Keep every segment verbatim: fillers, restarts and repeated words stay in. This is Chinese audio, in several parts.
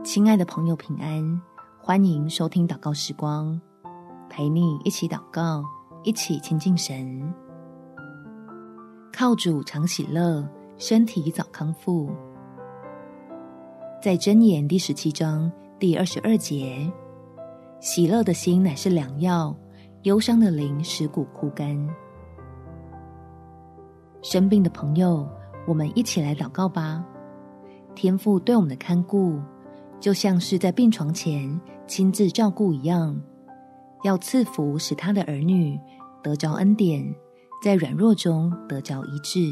亲爱的朋友平安，欢迎收听祷告时光，陪你一起祷告，一起亲近神。靠主常喜乐，身体早康复。在箴言第十七章第二十二节，喜乐的心乃是良药，忧伤的灵使骨枯干。生病的朋友，我们一起来祷告吧。天父对我们的看顾，就像是在病床前亲自照顾一样，要赐福使他的儿女得着恩典，在软弱中得着医治。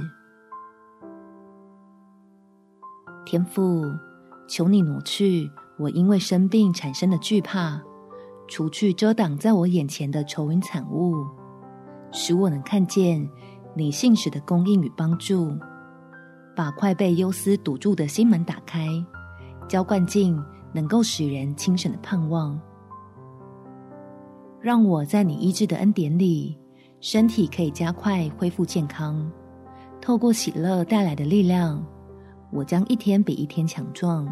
天父，求你挪去我因为生病产生的惧怕，除去遮挡在我眼前的愁云惨雾，使我能看见你信实的供应与帮助，把快被忧思堵住的心门打开，浇灌进能够使人轻省的盼望。让我在你医治的恩典里，身体可以加快恢复健康，透过喜乐带来的力量，我将一天比一天强壮。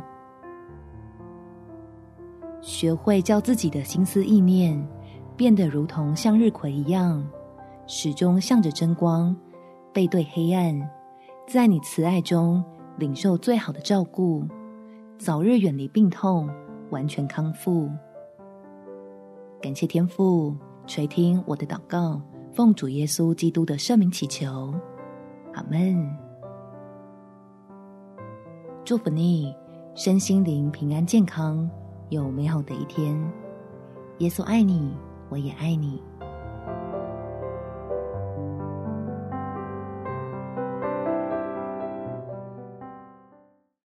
学会叫自己的心思意念变得如同向日葵一样，始终向着真光，背对黑暗，在你慈爱中领受最好的照顾，早日远离病痛，完全康复。感谢天父垂听我的祷告，奉主耶稣基督的圣名祈求，阿们。祝福你身心灵平安健康，有美好的一天。耶稣爱你，我也爱你。